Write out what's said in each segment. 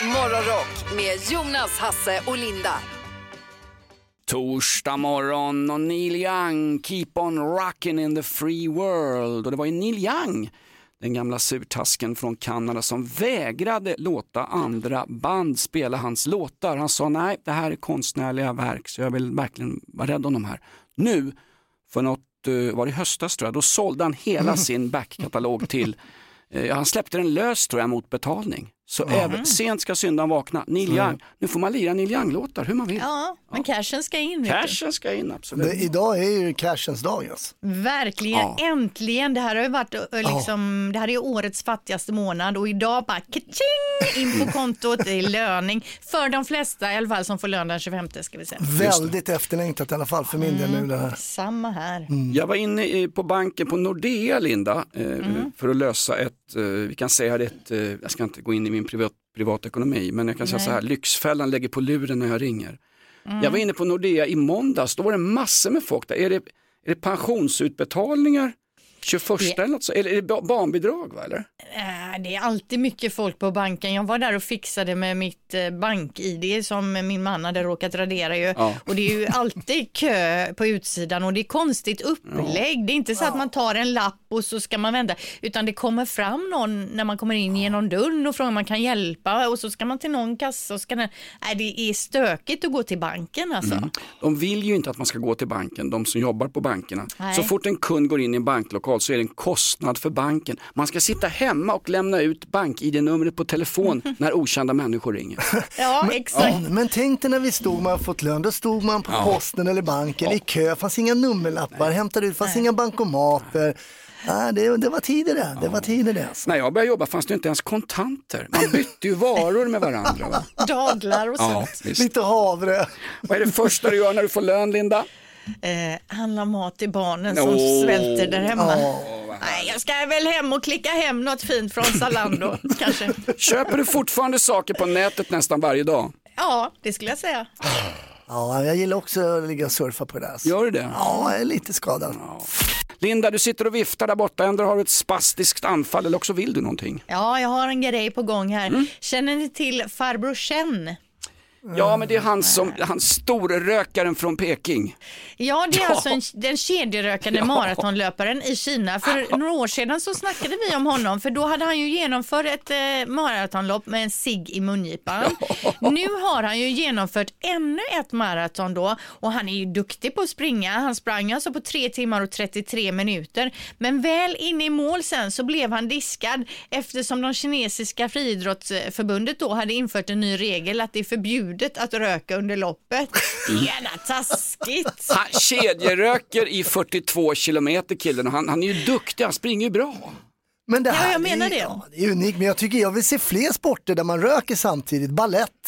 Morgonrock med Jonas, Hasse och Linda. Torsdag morgon och Neil Young, Keep on rockin' in the free world. Och det var ju Neil Young, den gamla surtasken från Kanada, som vägrade låta andra band spela hans låtar. Han sa nej, det här är konstnärliga verk så jag vill verkligen vara rädd om de här. Nu, för något, var det höstas tror jag, då sålde han hela sin backkatalog till, han släppte den lös tror jag mot betalning. Så även sent ska syndan vakna. Neil Young. Nu får man lira Neil Young-låtar hur man vill. Ja, men cashen ska in. Cashen ska in, absolut. Idag är ju cashens dag. Alltså. Verkligen, äntligen. Det här har ju varit liksom, det här är ju årets fattigaste månad och idag bara kaching, in på kontot i löning. För de flesta i alla fall som får lön den 25 ska vi säga. Väldigt efterlängtat i alla fall för min del nu det här. Samma här. Jag var inne på banken på Nordea, Linda, för att lösa ett, vi kan säga det, jag ska inte gå in i min privatekonomi, men jag kan säga så här, Lyxfällan lägger på luren när jag ringer. Jag var inne på Nordea i måndags, då var det massor med folk där. Är det pensionsutbetalningar 21 eller något så? Eller är det barnbidrag, va, eller? Det är alltid mycket folk på banken. Jag var där och fixade med mitt bank-ID som min man hade råkat radera ju. Ja. Och det är ju alltid kö på utsidan och det är konstigt upplägg. Ja. Det är inte så att man tar en lapp och så ska man vända, utan det kommer fram någon när man kommer in genom dörren och frågar om man kan hjälpa och så ska man till någon kassa och ska det är stökigt att gå till banken alltså. De vill ju inte att man ska gå till banken, de som jobbar på bankerna. Nej. Så fort en kund går in i en banklokal så är det en kostnad för banken. Man ska sitta hemma och lämna ut bank-ID-numret på telefon när okända människor ringer. Ja, exakt. Men tänk dig när vi stod, man fått lön, då stod man på posten eller banken i kö, fanns inga nummerlappar, hämtade ut, fanns inga bankomater. Det var tidigare, det var tidigare. Alltså. När jag började jobba fanns det inte ens kontanter. Man bytte ju varor med varandra. Va? Dadlar och sånt. Lite havre. Vad är det första du gör när du får lön, Linda? Handla mat till barnen som svälter där hemma. Nej, jag ska väl hem och klicka hem något fint från Zalando kanske. Köper du fortfarande saker på nätet nästan varje dag? Ja, det skulle jag säga. Ja, jag gillar också att ligga och surfa på det där. Gör du det? Ja, jag är lite skadad. Linda, du sitter och viftar där borta. Ändå har du ett spastiskt anfall eller också vill du någonting. Ja, jag har en grej på gång här. Känner ni till farbror Chen? Ja, men det är han storrökaren från Peking. Ja, det är alltså den kedjerökande maratonlöparen i Kina. För några år sedan så snackade vi om honom, för då hade han ju genomfört ett maratonlopp med en cigg i mungipan. Nu har han ju genomfört ännu ett maraton då, och han är ju duktig på att springa. Han sprang alltså på 3 timmar och 33 minuter. Men väl inne i mål sen så blev han diskad eftersom de kinesiska friidrottsförbundet då hade infört en ny regel att det är förbjudet att röka under loppet. Det är gärna taskigt. Han kedjeröker i 42 kilometer, killen, och han är ju duktig, han springer ju bra. Men det här, jag menar det. Ja, det är unikt, men jag vill se fler sporter där man röker samtidigt. Ballett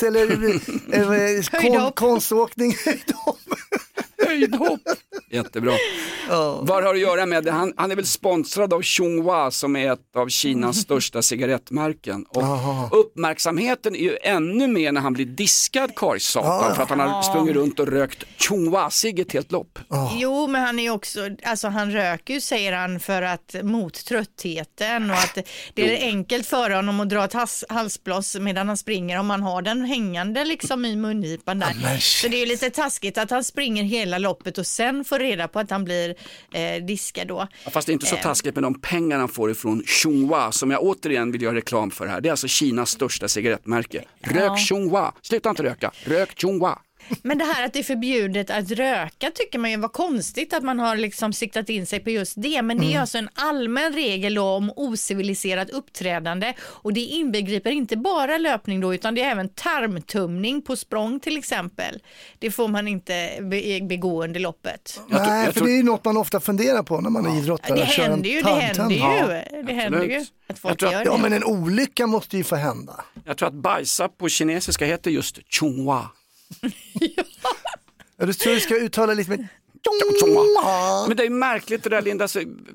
eller konståkning. Höjdhopp. Jättebra. Vad har du att göra med det? Han är väl sponsrad av Chunghwa som är ett av Kinas största cigarettmärken. Och uppmärksamheten är ju ännu mer när han blir diskad, karlsatan, för att han har sprungit runt och rökt Chunghwa-cigg ett helt lopp. Jo, men han är också, alltså han röker ju, säger han, för att mot tröttheten och att det är enkelt för honom att dra ett halsblås medan han springer om man har den hängande liksom i mungipan där. Så det är ju lite taskigt att han springer hela loppet och sen får reda på att han blir diskad då. Ja, fast det är inte så taskigt med de pengar han får ifrån Chunghwa, som jag återigen vill göra reklam för här. Det är alltså Kinas största cigarettmärke. Rök Chunghwa. Sluta inte röka. Rök Chunghwa. Men det här att det är förbjudet att röka tycker man ju var konstigt att man har liksom siktat in sig på just det. Men det är alltså en allmän regel om ociviliserat uppträdande, och det inbegriper inte bara löpning då, utan det är även tarmtumning på språng till exempel. Det får man inte begå under loppet. Nej, för det är ju något man ofta funderar på när man är idrottare. Det händer ju. Det händer ju att folk gör det. Ja, men en olycka måste ju få hända. Jag tror att bajsa på kinesiska heter just Chunghwa. Ja, du tror du ska uttala lite med... Men det är märkligt det där, Linda.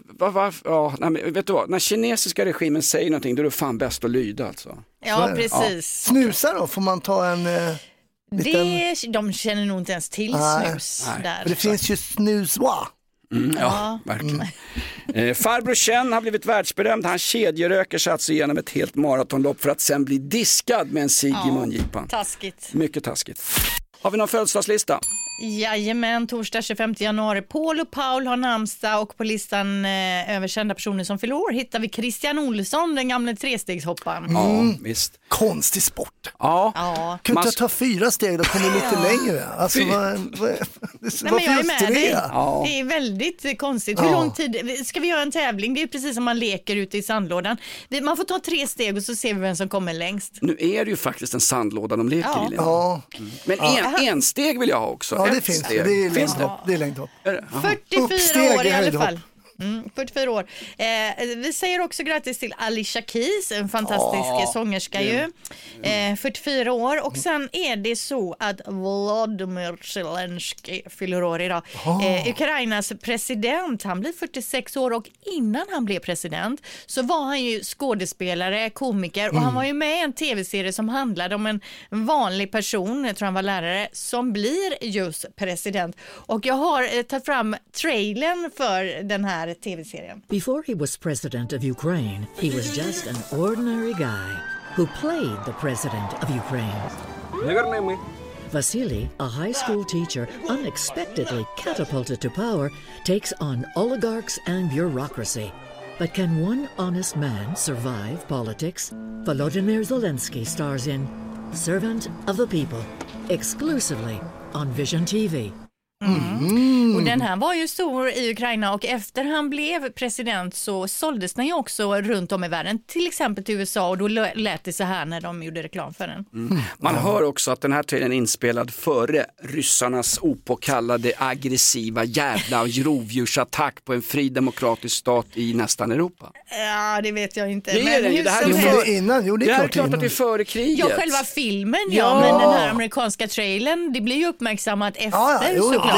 Vet du vad? När kinesiska regimen säger någonting, då är det fan bäst att lyda alltså. Ja, precis. Ja. Snusa då? Får man ta en... De känner nog inte ens till snus. Nej. Där. För det finns ju snuswa. Ja, verkligen. Farbror Chen har blivit världsberömd. Han kedjeröker sig alltså igenom ett helt maratonlopp för att sen bli diskad med en cigg i mungipan. Taskigt. Mycket taskigt. Har vi någon födelsedagslista? Jajamän, torsdag 25 januari. Paul och Paul har namnsdag och på listan över kända personer som fyller år hittar vi Christian Olsson, den gamla trestegshopparen. Ja, visst. Konstig sport. Ja. Kunde jag ta 4 steg då kommer lite längre. Alltså, Nej, men jag är med dig. Ja. Det är väldigt konstigt. Hur lång tid? Ska vi göra en tävling? Det är precis som man leker ute i sandlådan. Man får ta 3 steg och så ser vi vem som kommer längst. Nu är det ju faktiskt en sandlåda de leker i. Ja. Men en steg vill jag ha också. Ja, det finns det. Det är längdhopp. 44 år i alla fall. 44 år. Vi säger också grattis till Alicia Keys, en fantastisk sångerska ju. 44 år. Och sen är det så att Volodymyr Zelensky fyller år idag. Ukrainas president, han blir 46 år och innan han blev president så var han ju skådespelare, komiker och han var ju med i en tv-serie som handlade om en vanlig person, jag tror han var lärare, som blir just president. Och jag har tagit fram trailern för den här tv-serien. Before he was president of Ukraine, he was just an ordinary guy who played the president of Ukraine. Vasily, a high school teacher unexpectedly catapulted to power, takes on oligarchs and bureaucracy. But can one honest man survive politics? Volodymyr Zelensky stars in Servant of the People, exclusively on Vision TV. Och den här var ju stor i Ukraina och efter han blev president så såldes den ju också runt om i världen, till exempel till USA och då lät det så här när de gjorde reklam för den. Man hör också att den här trailern är inspelad före ryssarnas opåkallade aggressiva jävla rovdjursattack på en fri demokratisk stat i nästan Europa. Ja, det vet jag inte. Det är det, det här är klart att det är före kriget. Ja, själva filmen, men den här amerikanska trailern, det blir ju uppmärksammat efter såklart.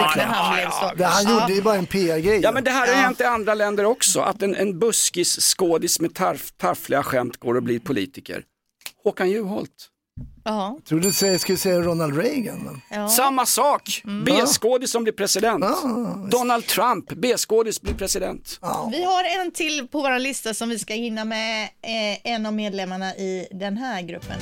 Han gjorde ju bara en PR-grej. Ja, men det här har hänt i andra länder också. Att en buskis skådis med taffliga skämt går och blir politiker. Håkan Juholt. Ja. Tror du skulle säga Ronald Reagan? Ja. Samma sak. B-skådis som blir president. Donald Trump, B-skådis blir president. Vi har en till på vår lista som vi ska hinna med, en av medlemmarna i den här gruppen.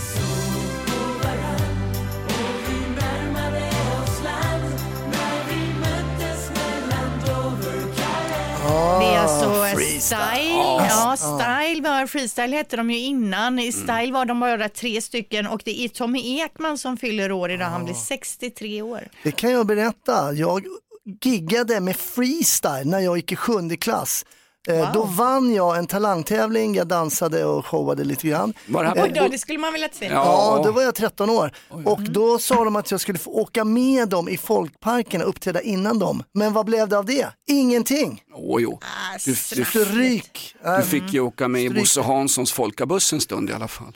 Det är alltså Style. Style Freestyle hette de ju innan. I Style var de bara 3 stycken och det är Tommy Ekman som fyller år idag. Han blir 63 år. Det kan jag berätta. Jag giggade med freestyle när jag gick i 7:e klass. Då vann jag en talangtävling, jag dansade och showade lite grann. Det skulle man vilja se. Ja, då var jag 13 år. Och då sa de att jag skulle få åka med dem i folkparken och uppträda innan dem. Men vad blev det av det? Ingenting. Du fick ju åka med i Bosse Hanssons folkabuss en stund i alla fall.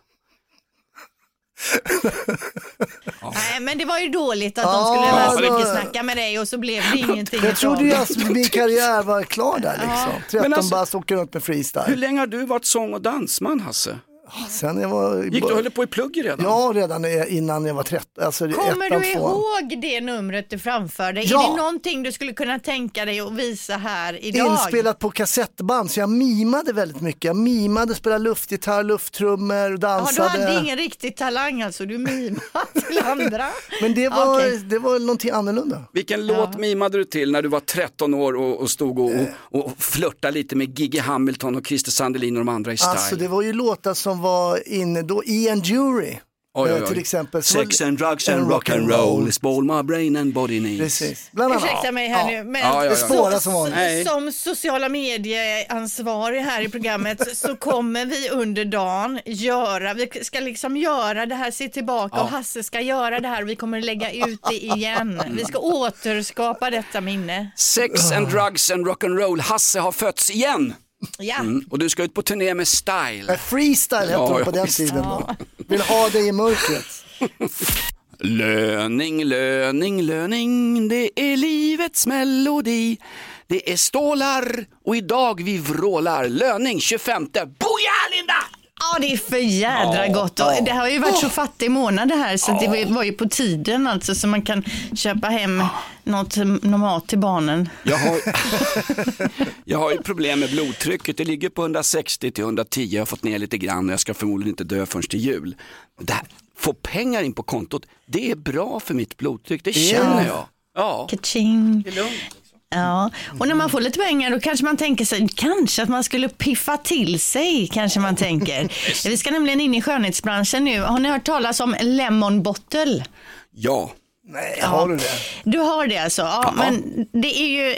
Nej, men det var ju dåligt att de skulle mycket snacka med dig och så blev det ingenting. Jag trodde ju att min karriär var klar där liksom. 13 bara åker runt med freestyle. Hur länge har du varit sång- och dansman, Hasse? Sen jag var... Gick du höll på i plugg redan? Ja, redan innan jag var 13. Alltså, kommer du ihåg det numret du framförde? Ja. Är det någonting du skulle kunna tänka dig att visa här idag? Inspelat på kassettband, så jag mimade väldigt mycket. Jag mimade, spelade luftgitarr, lufttrummor, dansade. Du hade ingen riktig talang alltså, du mimade till andra. Men det var någonting annorlunda. Vilken låt mimade du till när du var 13 år och stod och flörtade lite med Gigi Hamilton och Christer Sandelin och de andra i Style? Alltså det var ju låtar som var inne då, Ian Jury till exempel. Sex and drugs and rock and roll is all my brain and body needs. Precis. Ursäkta mig här nu, men som sociala medieansvarig här i programmet så kommer vi under dagen vi ska liksom göra det här, se tillbaka och Hasse ska göra det här och vi kommer lägga ut det igen. Vi ska återskapa detta minne. Sex and drugs and rock and roll, Hasse har fötts igen. Ja. Och du ska ut på turné med Style. Freestyle hette det på den tiden då. Vill ha det i mörkret. Löning, löning, löning, det är livets melodi. Det är stålar och idag vi vrålar. Löning 25. Boja, Linda! Ja, det är för jädra gott. Och det har ju varit så fattig månad det här, så det var ju på tiden alltså, så man kan köpa hem något mat till barnen. Jag har ju problem med blodtrycket. Det ligger på 160 till 110. Jag har fått ner lite grann och jag ska förmodligen inte dö förrän till jul. Det här, få pengar in på kontot, det är bra för mitt blodtryck. Det känner jag. Ja. Ka-ching. Det är lugnt. Ja, och när man får lite pengar då kanske man tänker sig kanske att man skulle piffa till sig, kanske man tänker. Vi ska nämligen in i skönhetsbranschen nu. Har ni hört talas om Lemon Bottle? Ja. Nej, har du det? Du har det alltså, ja. Men det är ju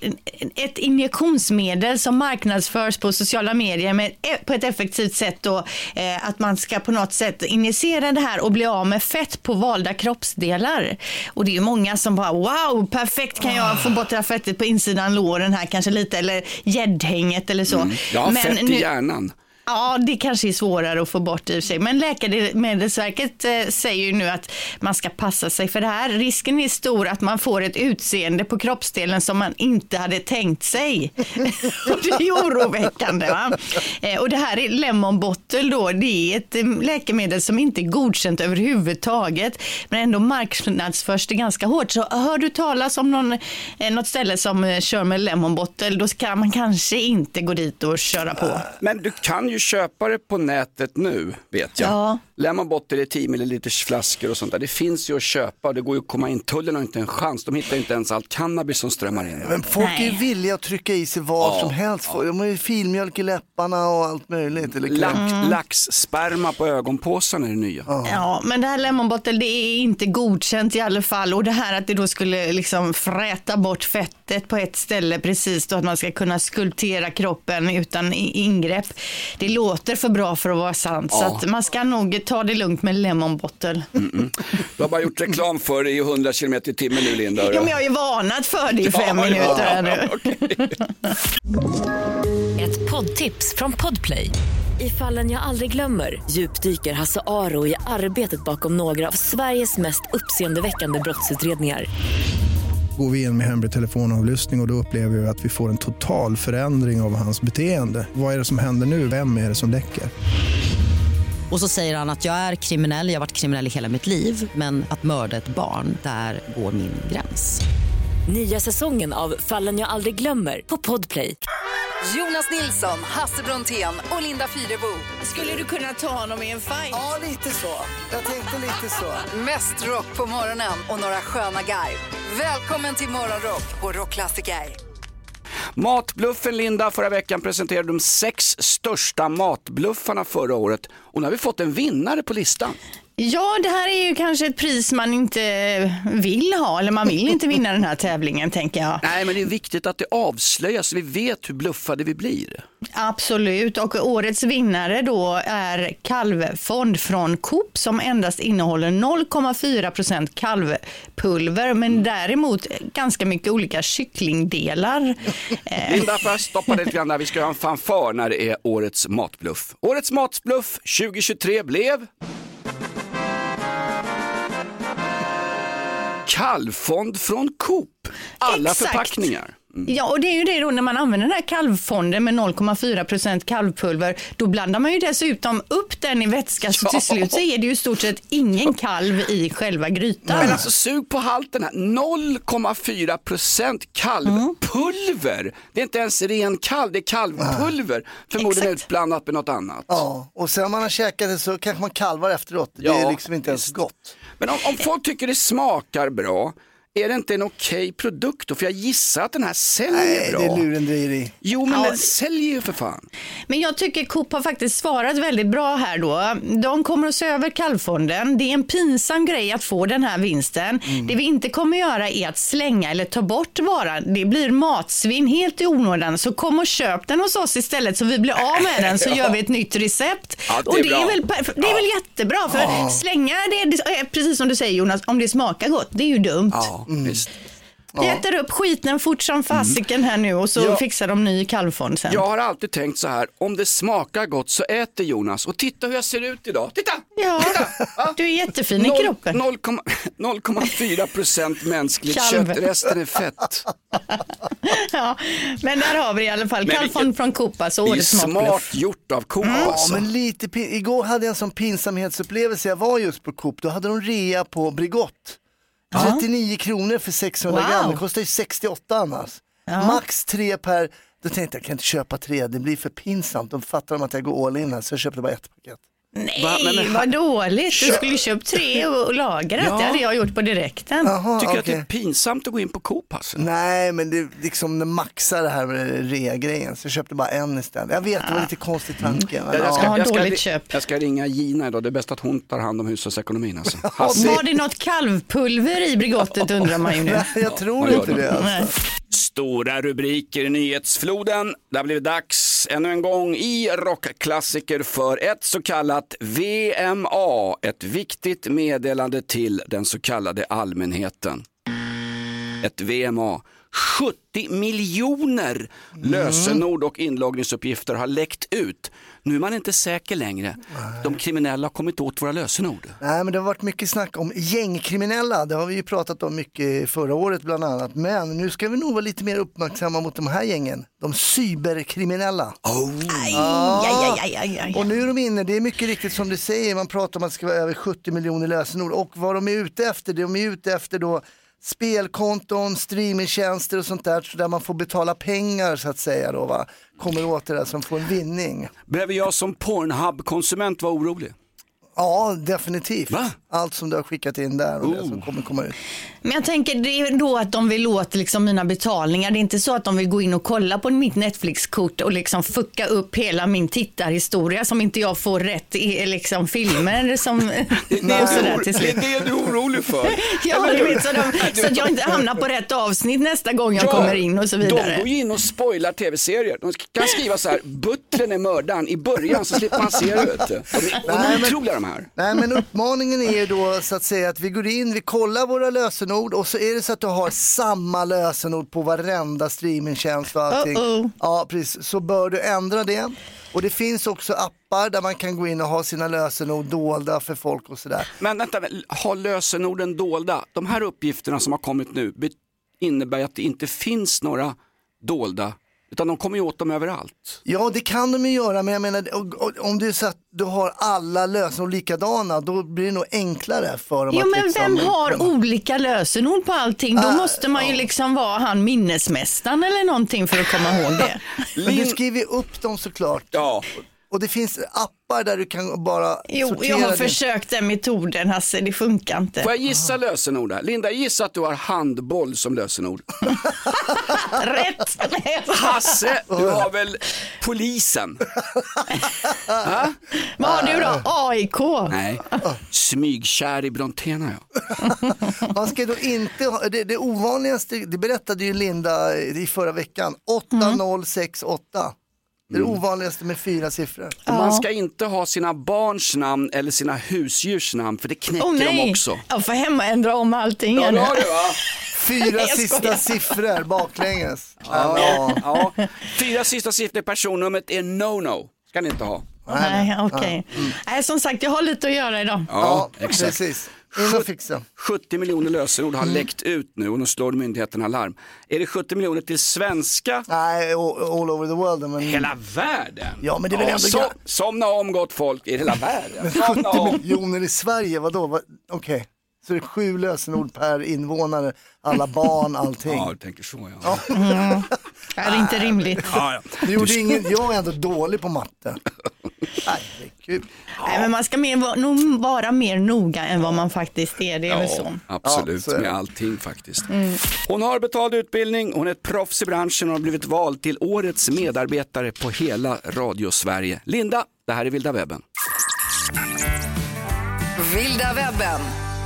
ett injektionsmedel som marknadsförs på sociala medier på ett effektivt sätt då, att man ska på något sätt injicera det här och bli av med fett på valda kroppsdelar. Och det är ju många som bara, wow, perfekt, kan jag få bort det här fettet på insidan låren här kanske lite, eller gäddhänget eller så. Ja, men fett i hjärnan. Ja, det kanske är svårare att få bort i sig. Men Läkemedelsverket säger ju nu att man ska passa sig för det här. Risken är stor att man får ett utseende på kroppsdelen som man inte hade tänkt sig. Och det är oroväckande, va? Och det här är Lemon Bottle då. Det är ett läkemedel som inte är godkänt överhuvudtaget. Men ändå marknadsförs det ganska hårt. Så hör du talas om något ställe som kör med Lemon Bottle, då ska man kanske inte gå dit och köra på. Men du kan ju köpa det på nätet nu, vet jag. Ja. Lemon Bottle är 10 ml flaskor och sånt där. Det finns ju att köpa och det går ju att komma in. Tullen har inte en chans. De hittar inte ens allt cannabis som strömmar in. Men folk är ju villiga att trycka i sig vad som helst. De har ju filmjölk i läpparna och allt möjligt. Laxsperma på ögonpåsarna är det nya. Ja, men det här Lemon Bottle, det är inte godkänt i alla fall. Och det här att det då skulle liksom fräta bort fettet på ett ställe precis då, att man ska kunna skulptera kroppen utan ingrepp. Det låter för bra för att vara sant. Så att man ska nog ta det lugnt med Lemon Bottle. Du har bara gjort reklam för det i 100 km i timmen nu, Linda. Ja, men jag har ju varnat för det i 5 minuter här nu. Ett poddtips från Podplay. I Fallen jag aldrig glömmer djupdyker Hasse Aro i arbetet bakom några av Sveriges mest uppseendeväckande brottsutredningar. Går vi in med hemlig telefonavlyssning och då upplever vi att vi får en total förändring av hans beteende. Vad är det som händer nu? Vem är det som läcker? Och så säger han att jag är kriminell, jag har varit kriminell i hela mitt liv. Men att mörda ett barn, där går min gräns. Nya säsongen av Fallen jag aldrig glömmer på Podplay. Jonas Nilsson, Hasse Brontén och Linda Fyrebo. Skulle du kunna ta honom i en fight? Ja, lite så. Jag tänkte lite så. Mest rock på morgonen och några sköna garv. Välkommen till Morgonrock på Rockklassiker. Matbluffen, Linda, förra veckan presenterade de 6 största matbluffarna förra året. Och nu har vi fått en vinnare på listan. Ja, det här är ju kanske ett pris man inte vill ha, eller man vill inte vinna den här tävlingen, tänker jag. Nej, men det är viktigt att det avslöjas så vi vet hur bluffade vi blir. Absolut, och årets vinnare då är kalvfond från Coop som endast innehåller 0,4% kalvpulver, men däremot ganska mycket olika kycklingdelar. Linda, får jag stoppa det lite grann där. Vi ska ha en fanfar när det är årets matbluff. Årets matbluff 2023 blev... kalvfond från Coop. Alla Exakt. Förpackningar. Ja, och det är ju det då, när man använder den här kalvfonden med 0,4% kalvpulver, då blandar man ju dessutom upp den i vätska, så till slut så är det ju i stort sett ingen kalv i själva grytan. Men alltså sug på halten här, 0,4% kalvpulver. Det är inte ens ren kalv, det är kalvpulver. Förmodligen utblandat med något annat. Ja, och sen man har käkat det så kanske man kalvar efteråt. Det är liksom inte ens gott. Men om folk tycker det smakar bra, är det inte en okej produkt då? För jag gissar att den här säljer bra. Nej, det är lurendrejeri. Jo, men den säljer ju för fan. Men jag tycker Coop har faktiskt svarat väldigt bra här då. De kommer att se över kalvfonden. Det är en pinsam grej att få den här vinsten. Det vi inte kommer göra är att slänga eller ta bort varan. Det blir matsvinn helt i onådan. Så kom och köp den hos oss istället så vi blir av med den, så gör vi ett nytt recept. Ja, och det är väl jättebra, för slänga det, precis som du säger Jonas, om det smakar gott, det är ju dumt. Ja, visst. Vi äter upp skiten fort som fasiken här nu och så fixar de ny kalvfond sen. Jag har alltid tänkt så här, om det smakar gott så äter Jonas. Och titta hur jag ser ut idag. Titta! Ja, titta. Du är jättefin i kroppen. 0,4% mänskligt Kalv. kött, resten är fett. Ja, men där har vi i alla fall kalvfond från Coop. Så det är smart gjort av Coop. Ja, men lite igår hade jag en sån pinsamhetsupplevelse. Jag var just på Coop, då hade de rea på Bregott. 39 kronor för 600 gram, det kostar ju 68 annars. Max 3 per, då tänkte jag kan inte köpa 3, det blir för pinsamt. De fattar att jag går all in här, så jag köpte bara ett paket. Nej, vad dåligt. Du skulle köpt 3 och lagra det. Det hade jag gjort på direkten. Tycker du att det är pinsamt att gå in på Coop? Alltså? Nej, men det liksom maxar det här med rea-grejen. Så jag köpte bara en istället. Jag vet, det var lite konstigt tanke. Jag ska ringa Gina idag. Det är bäst att hon tar hand om hushållsekonomin. Alltså. Var det något kalvpulver i Bregottet undrar man ju nu. Jag tror inte det. Alltså. Stora rubriker i nyhetsfloden. Det har blivit dags ännu en gång i rockklassiker för ett så kallat VMA. Ett viktigt meddelande till den så kallade allmänheten. Ett VMA. 70 miljoner lösenord och inloggningsuppgifter har läckt ut. Nu är man inte säker längre. De kriminella har kommit åt våra lösenord. Nej, men det har varit mycket snack om gängkriminella. Det har vi ju pratat om mycket förra året bland annat. Men nu ska vi nog vara lite mer uppmärksamma mot de här gängen. De cyberkriminella. Och nu är de inne, det är mycket riktigt som du säger. Man pratar om att det ska vara över 70 miljoner lösenord. Och vad de är ute efter, de är ute efter då spelkonton, streamingtjänster och sånt där man får betala pengar så att säga då, va? Kommer åt det där som får en vinning. Behöver jag som Pornhub-konsument vara orolig? Ja, definitivt. Va? Allt som du har skickat in där och det som kommer komma ut. Men jag tänker det är då att de vill åt liksom mina betalningar. Det är inte så att de vill gå in och kolla på mitt Netflix-kort och liksom fucka upp hela min tittarhistoria som inte jag får rätt i liksom filmer som det är det du är orolig för. Ja, du vet, så att jag inte hamnar på rätt avsnitt nästa gång jag kommer in och så vidare. De går in och spoilar tv-serier. De kan skriva så här, butlern är mördaren i början så slipper man se det. De är otroliga de här. Nej, men uppmaningen är då så att säga att vi går in, vi kollar våra lösenord och så är det så att du har samma lösenord på varenda streamingtjänst och allting. Ja, precis. Så bör du ändra det. Och det finns också appar där man kan gå in och ha sina lösenord dolda för folk och sådär. Men vänta, ha lösenorden dolda. De här uppgifterna som har kommit nu innebär att det inte finns några dolda. Utan de kommer ju åt dem överallt. Ja, det kan de ju göra, men jag menar om det är så att du har alla lösenord likadana, då blir det nog enklare för dem. Jo, att men liksom, vem har olika lösenord på allting? Då måste man ju liksom vara han minnesmästaren eller någonting för att komma ihåg det. Men du skriver upp dem såklart. Ja. Och det finns appar där du kan bara sortera. Jag har försökt den metoden, Hasse, det funkar inte. Får jag gissa lösenord där? Linda, gissa att du har handboll som lösenord. Rätt! Hasse, du har väl polisen? Vad har du då? AIK? Nej, smygkär i Brontén har jag. Man ska då inte ha, det ovanligaste, det berättade ju Linda i förra veckan, 8068. Det är det ovanligaste med 4 siffror. Man ska inte ha sina barns namn eller sina husdjurs namn, för det knäcker de också. Jag får hem och ändra om allting. Ja, det har du, va? 4 sista siffror baklänges. Ja. 4 sista siffror i personnumret är no. Ska ni inte ha. Nej, okej. Nej, som sagt, jag har lite att göra idag. Ja, exakt. Precis. 70 miljoner lösenord har läckt ut nu och nu slår myndigheterna larm. Är det 70 miljoner till svenska? Nej, all over the world. Men... Hela världen? Ja, men det är väl ändå... Somna om gott folk i hela världen. 70 miljoner i Sverige, vadå? Okej. Så det är 7 lösenord per invånare, alla barn, allting. Ja, du tänker så, ja. Det är inte rimligt. Det gjorde jag är ändå dålig på matte. Nej, men man ska nog vara mer noga än vad man faktiskt är, det är väl så. Absolut, så med allting faktiskt. Hon har betald utbildning, hon är ett proffs i branschen och har blivit vald till årets medarbetare på hela Radio Sverige. Linda, det här är Vilda webben. Vilda webben.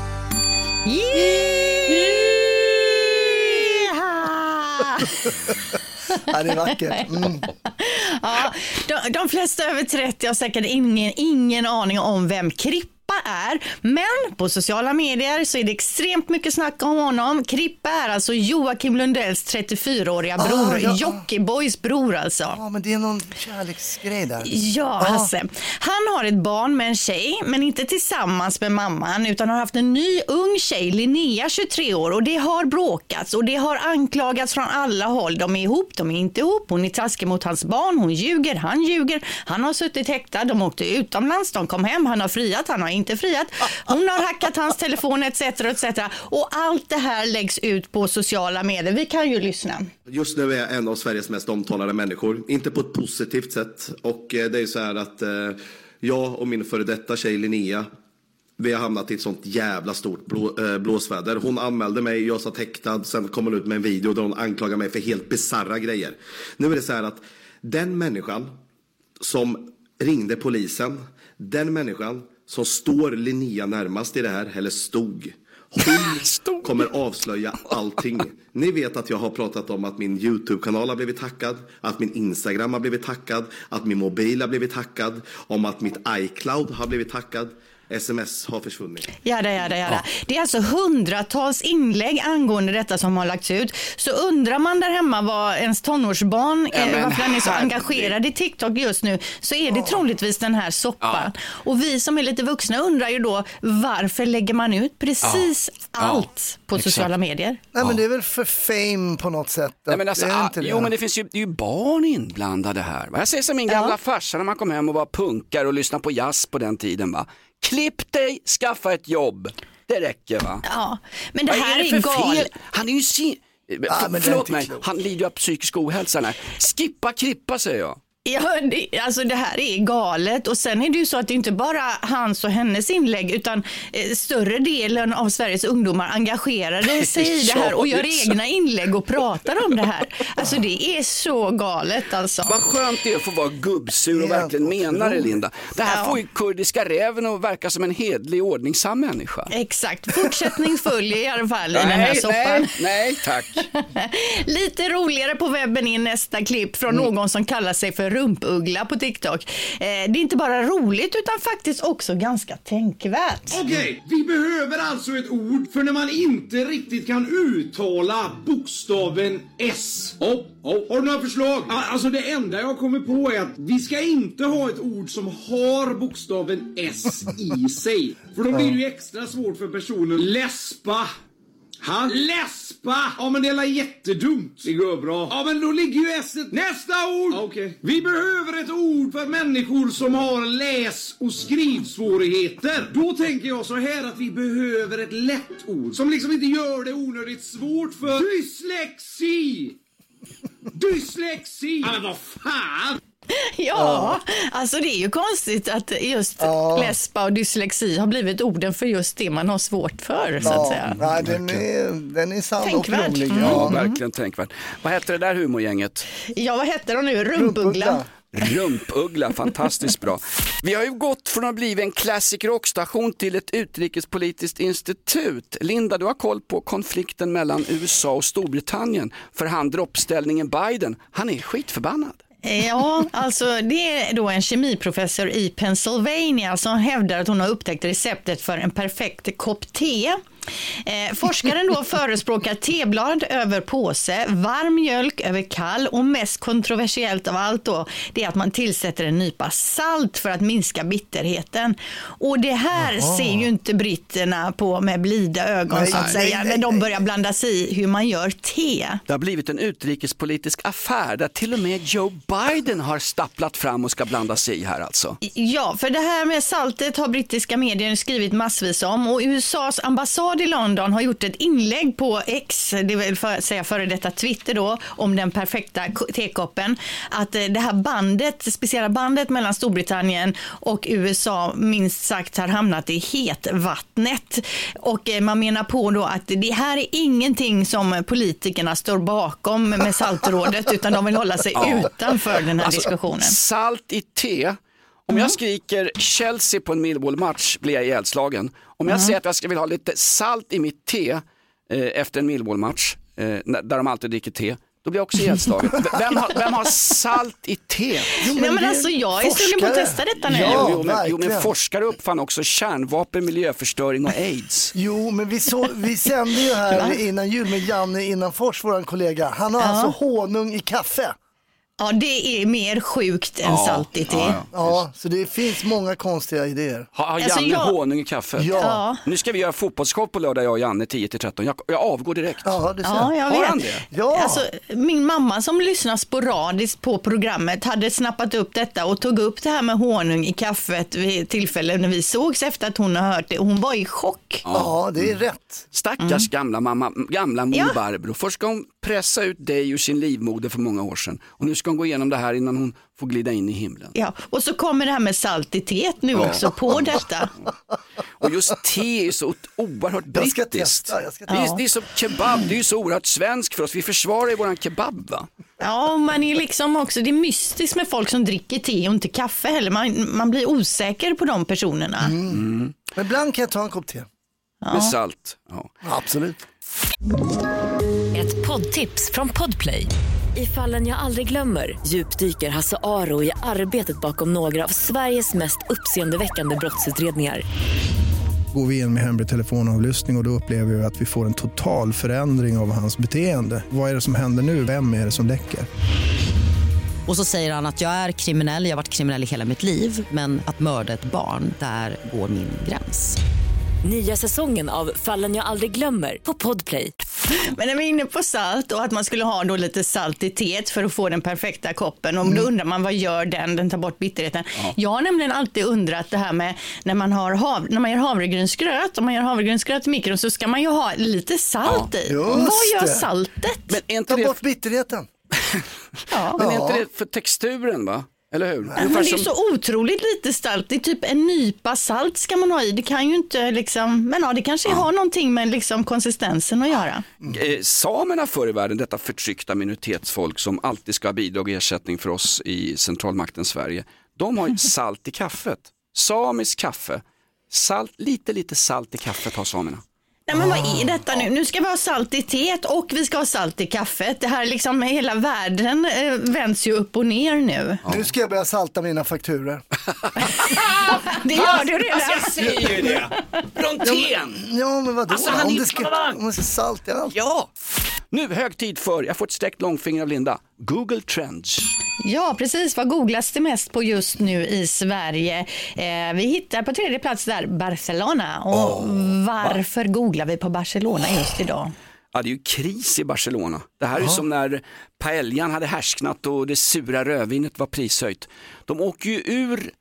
Ja, det är vackert. Ja, de flesta över 30 har säkert ingen aning om vem Krippa är. Men på sociala medier så är det extremt mycket snack om honom. Krippa är alltså Joakim Lundells 34-åriga bror, Jockibois bror alltså. Ja, men det är någon kärleksgrej där. Ja, Hasse. Han har ett barn med en tjej, men inte tillsammans med mamman, utan har haft en ny ung tjej, Linnea, 23 år, och det har bråkats och det har anklagats från alla håll. De är ihop, de är inte ihop, hon är taskig mot hans barn, hon ljuger, han har suttit häktad, de åkte utomlands, de kom hem, han har friat, han har inte friat, hon har hackat hans telefon etc. och allt det här läggs ut på sociala medier. Vi kan ju lyssna. Just nu är jag en av Sveriges mest omtalade människor, inte på ett positivt sätt, och det är så här att jag och min före detta tjej Linnea, vi har hamnat i ett sånt jävla stort blåsväder. Hon anmälde mig, jag satt häktad, sen kom hon ut med en video där hon anklagar mig för helt bizarra grejer. Nu är det så här att den människan som ringde polisen, den människan som står Linnea närmast i det här, eller stod, hon kommer avslöja allting. Ni vet att jag har pratat om att min YouTube-kanal har blivit hackad, att min Instagram har blivit hackad, att min mobil har blivit hackad, om att mitt iCloud har blivit hackad. SMS har försvunnit. Ja. Det är alltså hundratals inlägg angående detta som har lagts ut. Så undrar man där hemma vad ens tonårsbarn, varför han är så engagerad i TikTok just nu, så är det troligtvis den här soppan. Och vi som är lite vuxna undrar ju då, varför lägger man ut precis allt på sociala medier? Nej, men det är väl för fame på något sätt. Nej, men alltså, men det finns ju, det är ju barn inblandade här. Jag säger som min gamla farsa när man kom hem och var punkar och lyssnade på jazz på den tiden, va? Klipp dig, skaffa ett jobb. Det räcker, va? Ja, men det här är galet. Han är ju förlåt mig, han lider ju av psykisk ohälsa här. Skippa klippa, säger jag. Ja, alltså det här är galet, och sen är det ju så att det inte bara hans och hennes inlägg, utan större delen av Sveriges ungdomar engagerade sig i det här och gör egna inlägg och pratar om det här. Alltså det är så galet alltså. Vad skönt det är att få vara gubbsur och verkligen mena det, Linda. Det här får ju kurdiska räven att verka som en hedlig, ordningsam människa. Exakt, fortsättning följer i alla fall i den här soppan. Nej, tack. Lite roligare på webben är nästa klipp från någon som kallar sig för rumpuggla på TikTok. Det är inte bara roligt utan faktiskt också ganska tänkvärt. Okej, vi behöver alltså ett ord för när man inte riktigt kan uttala bokstaven S. Har du några förslag? Alltså det enda jag kommer på är att vi ska inte ha ett ord som har bokstaven S i sig. För då blir det ju extra svårt för personen. Läspa. Läspa! Ja, men det är jättedumt. Det går bra. Ja, men då ligger ju S-et. Nästa ord! Okej. Vi behöver ett ord för människor som har läs- och skrivsvårigheter. Då tänker jag så här att vi behöver ett lätt ord som liksom inte gör det onödigt svårt för dyslexi. Ja, men vad fan! Ja, alltså det är ju konstigt att just läspa och dyslexi har blivit orden för just det man har svårt för, så att säga. Nej, den är sann och rolig. Ja, verkligen tänkvärt. Vad heter det där humorgänget? Ja, vad heter de nu? Rumpuggla. Rumpuggla, fantastiskt bra. Vi har ju gått från att bli en classic rockstation till ett utrikespolitiskt institut. Linda, du har koll på konflikten mellan USA och Storbritannien. För han droppställningen Biden, han är skitförbannad. Ja, alltså det är då en kemiprofessor i Pennsylvania som hävdar att hon har upptäckt receptet för en perfekt kopp te. Forskaren då förespråkar teblad över påse, varm mjölk över kall, och mest kontroversiellt av allt då, det är att man tillsätter en nypa salt för att minska bitterheten. Och det här ser ju inte britterna på med blida ögon så att säga, när de börjar blanda sig i hur man gör te. Det har blivit en utrikespolitisk affär där till och med Joe Biden har stapplat fram och ska blanda sig i här alltså. Ja, för det här med saltet har brittiska medier skrivit massvis om, och USAs ambassad i London har gjort ett inlägg på X, det vill säga före detta Twitter då, om den perfekta tekoppen, att det här bandet, speciella bandet mellan Storbritannien och USA minst sagt har hamnat i hetvattnet, och man menar på då att det här är ingenting som politikerna står bakom med saltrådet, utan de vill hålla sig utanför den här diskussionen. Salt i te. Om jag skriker Chelsea på en Millwall-match blir jag ihjälslagen. Om jag säger att jag vill ha lite salt i mitt te efter en Millwall-match, där de alltid dricker te, Då blir jag också ihjälslagen. Vem har salt i te? Nej, men alltså jag är sugen på att testa detta nu. Jo, men forskare uppfann också kärnvapen, miljöförstöring och aids. Jo, men vi sände ju här innan jul med Janne Innanfors, våran kollega. Han har alltså honung i kaffe. Ja, det är mer sjukt än salt i te. Ja, så det finns många konstiga idéer. Har Janne honung i kaffe? Ja. Nu ska vi göra fotbollsshow på lördag, jag och Janne 10-13. Jag avgår direkt. Ja, det jag vet. Har han det? Ja. Alltså, min mamma som lyssnar sporadiskt på programmet hade snappat upp detta och tog upp det här med honung i kaffet vid tillfället när vi sågs efter att hon har hört det. Hon var i chock. Ja, det är rätt. Stackars gamla mor Barbro. Först ska hon pressa ut dig ur sin livmoder för många år sedan. Och nu ska hon gå igenom det här innan hon får glida in i himlen. Ja, och så kommer det här med salt i teet nu också på detta. Och just te är så oerhört brittiskt. Jag ska testa. Det är som kebab, det är ju så oerhört svensk för oss. Vi försvarar ju våran kebab, va? Ja, man är liksom också, det är mystiskt med folk som dricker te och inte kaffe heller. Man blir osäker på de personerna. Men ibland kan jag ta en kopp te. Med salt. Ja. Absolut. Ett poddtips från Podplay. I Fallen jag aldrig glömmer djupdyker Hasse Aro i arbetet bakom några av Sveriges mest uppseendeväckande brottsutredningar. Går vi in med hemlig telefonavlyssning och då upplever vi att vi får en total förändring av hans beteende. Vad är det som händer nu? Vem är det som läcker? Och så säger han att jag är kriminell, jag har varit kriminell i hela mitt liv. Men att mörda ett barn, där går min gräns. Nya säsongen av Fallen jag aldrig glömmer på Podplay. Men när vi är inne på salt och att man skulle ha då lite salt i teet för att få den perfekta koppen. Och då undrar man, vad gör den tar bort bitterheten. Jag har nämligen alltid undrat det här med när man gör havregrynsgröt. Om man gör havregrynsgröt i mikron så ska man ju ha lite salt i. Vad gör saltet? Men är inte Ta bort bitterheten. Men är inte det för texturen, va? Eller hur? Men det är så otroligt lite salt. Det är typ en nypa salt ska man ha i. Det kan ju inte liksom, men det kanske har någonting med liksom konsistensen att göra. Samerna förr i världen, detta förtryckta minoritetsfolk som alltid ska ha bidrag och ersättning för oss i centralmakten Sverige. De har ju salt i kaffet. Samisk kaffe. Salt, lite salt i kaffet har samerna. Nej, men vad är detta nu? Nu ska vi ha salt i teet och vi ska ha salt i kaffet. Det här liksom, hela världen vänds ju upp och ner nu. Nu ska jag börja salta mina fakturer. Det gör du redan. Jag säger ju det. Från teen. Ja, men vadå? Alltså, om det ska salt i allt. Ja. Nu hög tid för, jag får ett sträckt långfinger av Linda, Google Trends. Ja, precis. Vad googlas det mest på just nu i Sverige? Vi hittar på 3:e plats där Barcelona. Och varför googlar vi på Barcelona just idag? Ja, det är ju kris i Barcelona. Det här är som när paellan hade härsknat och det sura rödvinet var prishöjt. De åker ju ur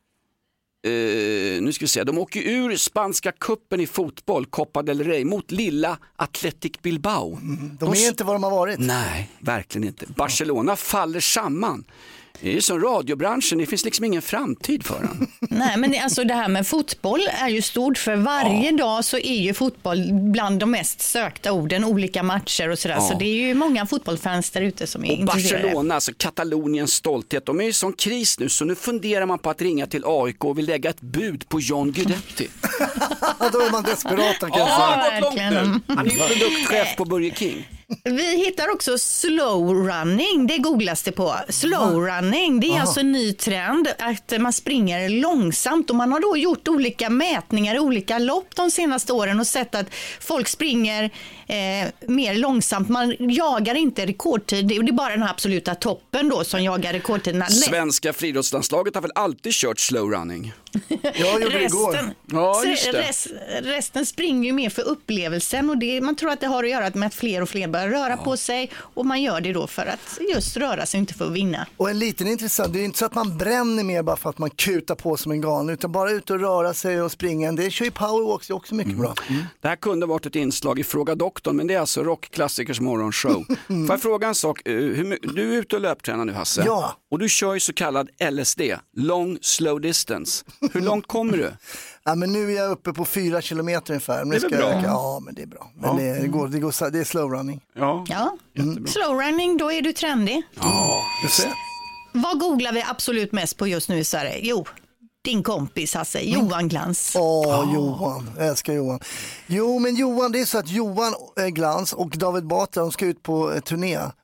de åker ur spanska kuppen i fotboll, Copa del Rey, mot lilla Athletic Bilbao. De är inte vad de har varit. Nej, verkligen inte. Barcelona faller samman. Det är ju som radiobranschen, det finns liksom ingen framtid för den. Nej, men alltså det här med fotboll är ju stort, för varje dag så är ju fotboll bland de mest sökta orden, olika matcher och sådär. Så det är ju många fotbollfans där ute som är intresserade. Barcelona, alltså Kataloniens stolthet, de är ju sån kris nu så nu funderar man på att ringa till AIK och vill lägga ett bud på John Guidetti. Då är man desperat kan jag säga. Verkligen. Han är ju produktchef på Burger King. Vi hittar också slow running, det googlas det på. Slow running, det är alltså en ny trend att man springer långsamt, och man har då gjort olika mätningar i olika lopp de senaste åren och sett att folk springer mer långsamt. Man jagar inte rekordtid, det är bara den här absoluta toppen då som jagar rekordtiderna. Svenska friidrottslandslaget har väl alltid kört slow running? Jag gjorde det igår. Ja, just det. Resten springer ju mer för upplevelsen, och man tror att det har att göra med att fler och fler börjar röra på sig, och man gör det då för att just röra sig, inte för att vinna. Och en liten intressant, det är inte så att man bränner mer bara för att man kutar på som en galen, utan bara ut och röra sig och springa. Det kör ju powerwalks, det är också mycket bra. Det här kunde varit ett inslag i Fråga doktorn, men det är alltså rockklassikers morgonshow. Får jag fråga en sak? Du är ute och löptränar nu, Hasse. Ja. Och du kör ju så kallad LSD, long slow distance. Hur långt kommer du? Ja, men nu är jag uppe på 4 kilometer ungefär. Det är bra. Ja, men det är bra. Men det är slow running. Ja. Slow running, då är du trendig. Ja, du ser. Vad googlar vi absolut mest på just nu i Sverige? Jo, din kompis Hasse, Johan Glans. Johan, jag älskar Johan. Jo, men Johan, det är så att Johan Glans och David Batra, de ska ut på turné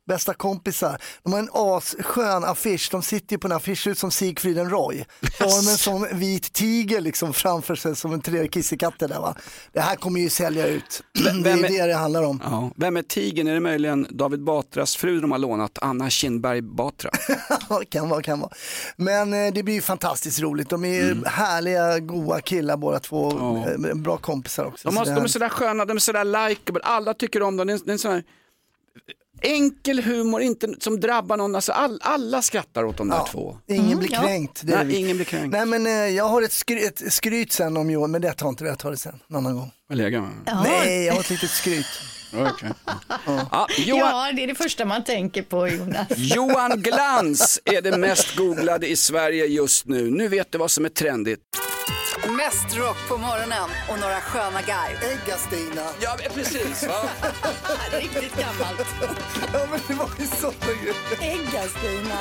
bästa kompisar. De har en asskön affisch. De sitter ju på en affisch ut som Sigfrid Roy. Så har de en sån vit tiger liksom framför sig som en 3 kissekatter där, va. Det här kommer ju sälja ut. Det är det handlar om. Ja. Vem är tigern? Är det möjligen David Batras fru de har lånat? Anna Kinberg Batra? kan vara. Men det blir ju fantastiskt roligt. De är härliga, goa killar båda två. Bra kompisar också. De är sådär sköna, de är sådär likeable. Alla tycker om dem. Det är en sån här enkel humor, inte som drabbar någon. Alltså alla skrattar åt de där två. Ingen blir kränkt. Ingen blir kränkt. Nej, men jag har ett skryt sen om Johan, men det tar inte det. Jag tar det sen, någon annan gång. Vad lägger man? Nej, jag har ett litet skryt. Okay. Ja, det är det första man tänker på, Jonas. Johan Glans är det mest googlade i Sverige just nu. Nu vet du vad som är trendigt. Mest rock på morgonen och några sköna guide. Äggastina. Ja, precis, va? Riktigt gammalt. Ja, men det var ju så. Äggastina.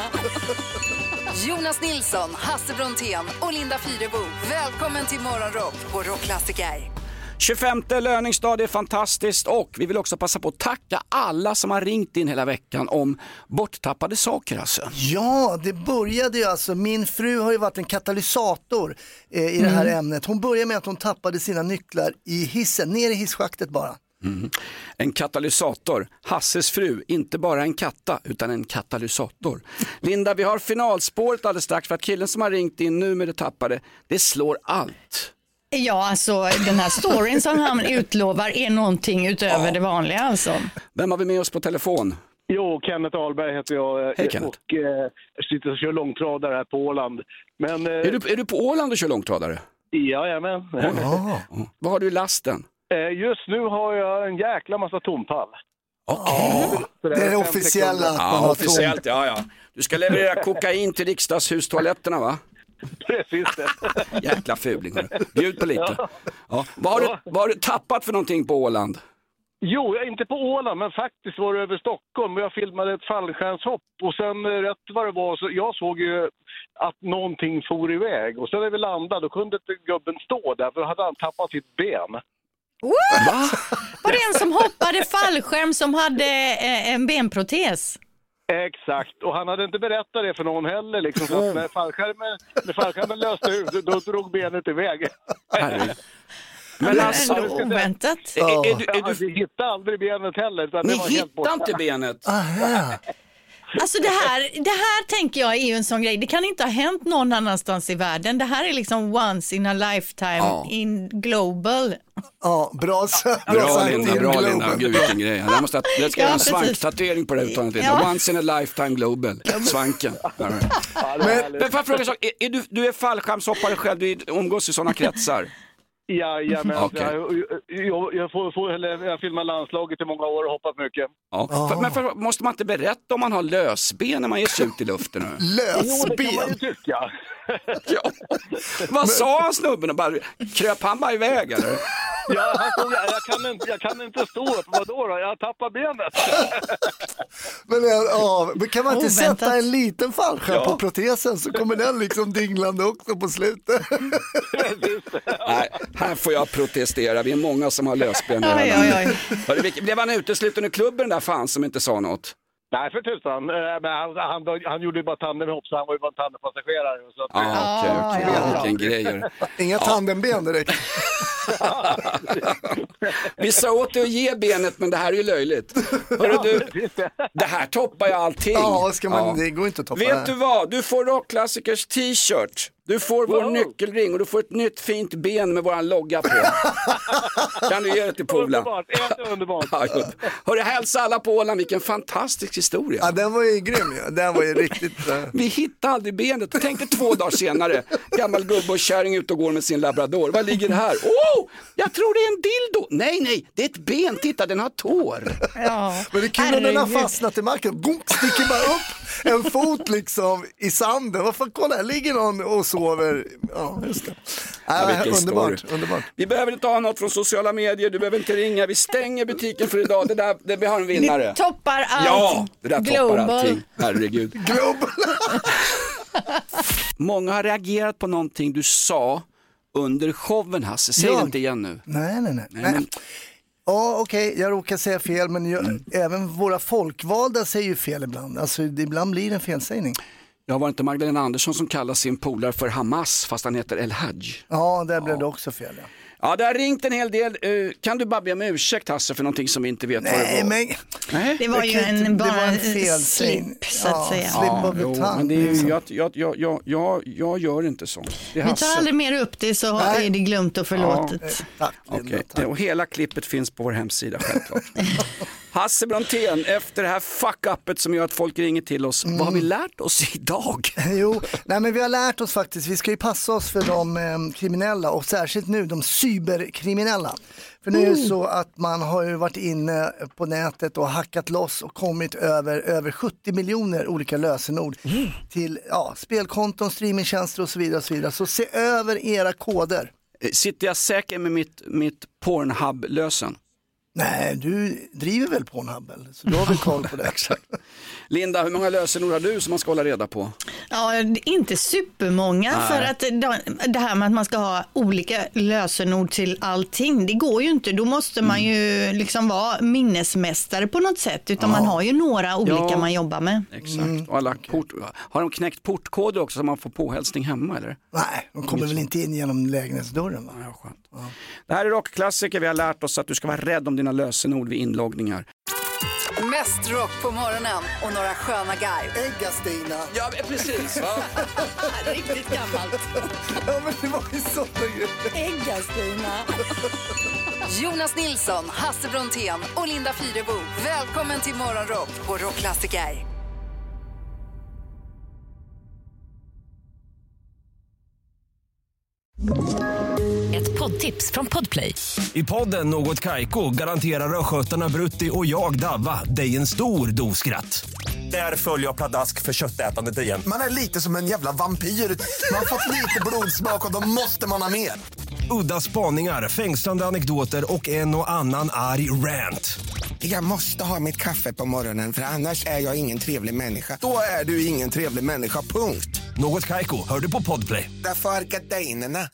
Jonas Nilsson, Hasse Brontén och Linda Fyrebo. Välkommen till Morgonrock på Rockklassiker. 25 löningsdag, det är fantastiskt, och vi vill också passa på att tacka alla som har ringt in hela veckan om borttappade saker. Alltså. Ja, det började ju alltså, min fru har ju varit en katalysator i det här ämnet. Hon började med att hon tappade sina nycklar i hissen, ner i hisschaktet bara. En katalysator, Hasses fru, inte bara en katta utan en katalysator. Linda, vi har finalspåret alldeles strax, för att killen som har ringt in nu med det tappade, det slår allt. Ja, alltså den här storyn som han utlovar är någonting utöver det vanliga alltså. Vem har vi med oss på telefon? Jo, Kenneth Ahlberg heter jag. Hej, Kenneth. Och sitter och kör långtradare här på Åland. Men, är du på Åland och kör långtradare? Jajamän. Vad har du i lasten? Just nu har jag en jäkla massa tompall. Okej. Det är det officiella. Ja, officiellt, ja. Du ska leverera kokain till riksdagshustoaletterna, va? Precis det. Jäkla fuling. Bjud på lite. Ja. Vad har du tappat för någonting på Åland? Jo, inte på Åland, men faktiskt var det över Stockholm. Jag filmade ett fallskärmshopp och sen rätt vad det var så jag såg ju att någonting for iväg. Och sen när vi landade då kunde inte gubben stå där, för då hade han tappat sitt ben. Va? Var det en som hoppade fallskärm som hade en benprotes? Exakt, och han hade inte berättat det för någon heller liksom, så att när fallskärmen löste ut, då drog benet iväg. Men alltså, oväntat. Vi hittade aldrig benet heller. Utan ni det var hittade inte benet? Alltså det här tänker jag är ju en sån grej. Det kan inte ha hänt någon annanstans i världen. Det här är liksom once in a lifetime in global. Ja, bra Linda. Gud vilken grej. Jag ska göra en svanktatuering på det uttalandet. Once in a lifetime global. Svanken. Men för att fråga så, du är fallskärmshoppare själv, du umgås i sådana kretsar? Jajamän, okay. Jag filmar landslaget i många år och hoppat mycket. Men måste man inte berätta om man har lösben när man ger sig ut i luften nu? Lösben? Jo, det kan man ju tycka. Vad sa han snubben? Kröp han bara iväg eller? Ja, han stod, jag kan inte stå upp. Vadå då? Jag tappar benet. Men kan man inte sätta en liten fallskärm på protesen så kommer den liksom dinglande också på slutet. Nej, här får jag protestera. Vi är många som har lösben. Blev han utesluten ur klubben där fan som inte sa något? Nej, för tusan. Men han gjorde ju bara tandemhopp, så han var ju bara en tandempassagerare. Okej. Vilken grej. Inga tandemben direkt. Vi sa åt dig att ge benet, men det här är ju löjligt. Hörru du, det här toppar ju allting. Ja, det går inte att toppa. Vet du vad? Du får Rockklassikers t-shirt. Du får vår nyckelring och du får ett nytt fint ben med våran logga på. Kan du ge det till Pola? Underbart. Hörru, hälsa alla på Åland, vilken fantastisk historia. Ja, den var ju grym. Den var ju riktigt... Vi hittade aldrig benet. Tänk dig 2 dagar senare. Gammal gubbe och kärring ut och går med sin labrador. Vad ligger det här? Jag tror det är en dildo. Nej, det är ett ben. Titta, den har tår. Ja. Men det är kul att den har fastnat i marken. Sticker bara upp en fot liksom i sanden. Varför, kolla, här ligger någon och sover. Ja, just det. Underbart. Vi behöver inte ha något från sociala medier. Du behöver inte ringa. Vi stänger butiken för idag. Vi har en vinnare. Det toppar allt. Ja, det där Global. toppar allting. Herregud. Global. Många har reagerat på någonting du sa under showen, Hasse. Säg det inte igen nu. Nej. Men Ja, okej, jag råkar säga fel, men även våra folkvalda säger ju fel ibland. Alltså ibland blir det en felsägning. Jag var inte Magdalena Andersson som kallar sin polare för Hamas fast han heter El Hajj. Ja, där blev det också fel. Ja, det har ringt en hel del. Kan du bara be om ursäkt, Hasse, för någonting som vi inte vet vad det var? Nej. Det var ju en felsägning. slip, så att säga. Slip of the tongue. Men det är ju, jag gör inte så. Vi tar aldrig mer upp det, så är det glömt och förlåtet. Okej. Och hela klippet finns på vår hemsida, självklart. Hasse Brontén, efter det här fuck-upet som gör att folk ringer till oss, vad har vi lärt oss idag? Men vi har lärt oss faktiskt, vi ska ju passa oss för de kriminella och särskilt nu de cyberkriminella. För nu är det så att man har ju varit inne på nätet och hackat loss och kommit över 70 miljoner olika lösenord till spelkonton, streamingtjänster och så vidare och så vidare. Så se över era koder. Sitter jag säker med mitt Pornhub-lösen? Nej, du driver väl på en Hubble, så du har väl koll på det. Linda, hur många lösenord har du som man ska hålla reda på? Ja, inte supermånga. Nej. För att det här med att man ska ha olika lösenord till allting, det går ju inte. Då måste man ju liksom vara minnesmästare på något sätt, utan man har ju några olika man jobbar med. Exakt. Och alla har de knäckt portkoder också så man får påhälsning hemma, eller? Nej, de kommer väl inte in genom lägenhetsdörren, va? Ja, skönt. Ja. Det här är rockklassiker. Vi har lärt oss att du ska vara rädd om dina lösenord vid inloggningar. Mest rock på morgonen och några sköna guide. Äggastina. Ja, precis. Riktigt gammalt. Ja, men det var ju så. Äggastina. Jonas Nilsson, Hasse Brontén och Linda Fyrebo. Välkommen till Morgonrock på Rockklassiker. Ett poddtips från Podplay. I podden Något Kaiko garanterar röskötarna Brutti och jag Davva dig en stor doskratt. Där följer jag pladask för köttätandet igen. Man är lite som en jävla vampyr. Man har fått lite blodsmak och då måste man ha mer. Udda spaningar, fängslande anekdoter och en och annan arg rant. Jag måste ha mitt kaffe på morgonen för annars är jag ingen trevlig människa. Då är du ingen trevlig människa, punkt. Något Kaiko, hör du på Podplay. Därför är gardinerna.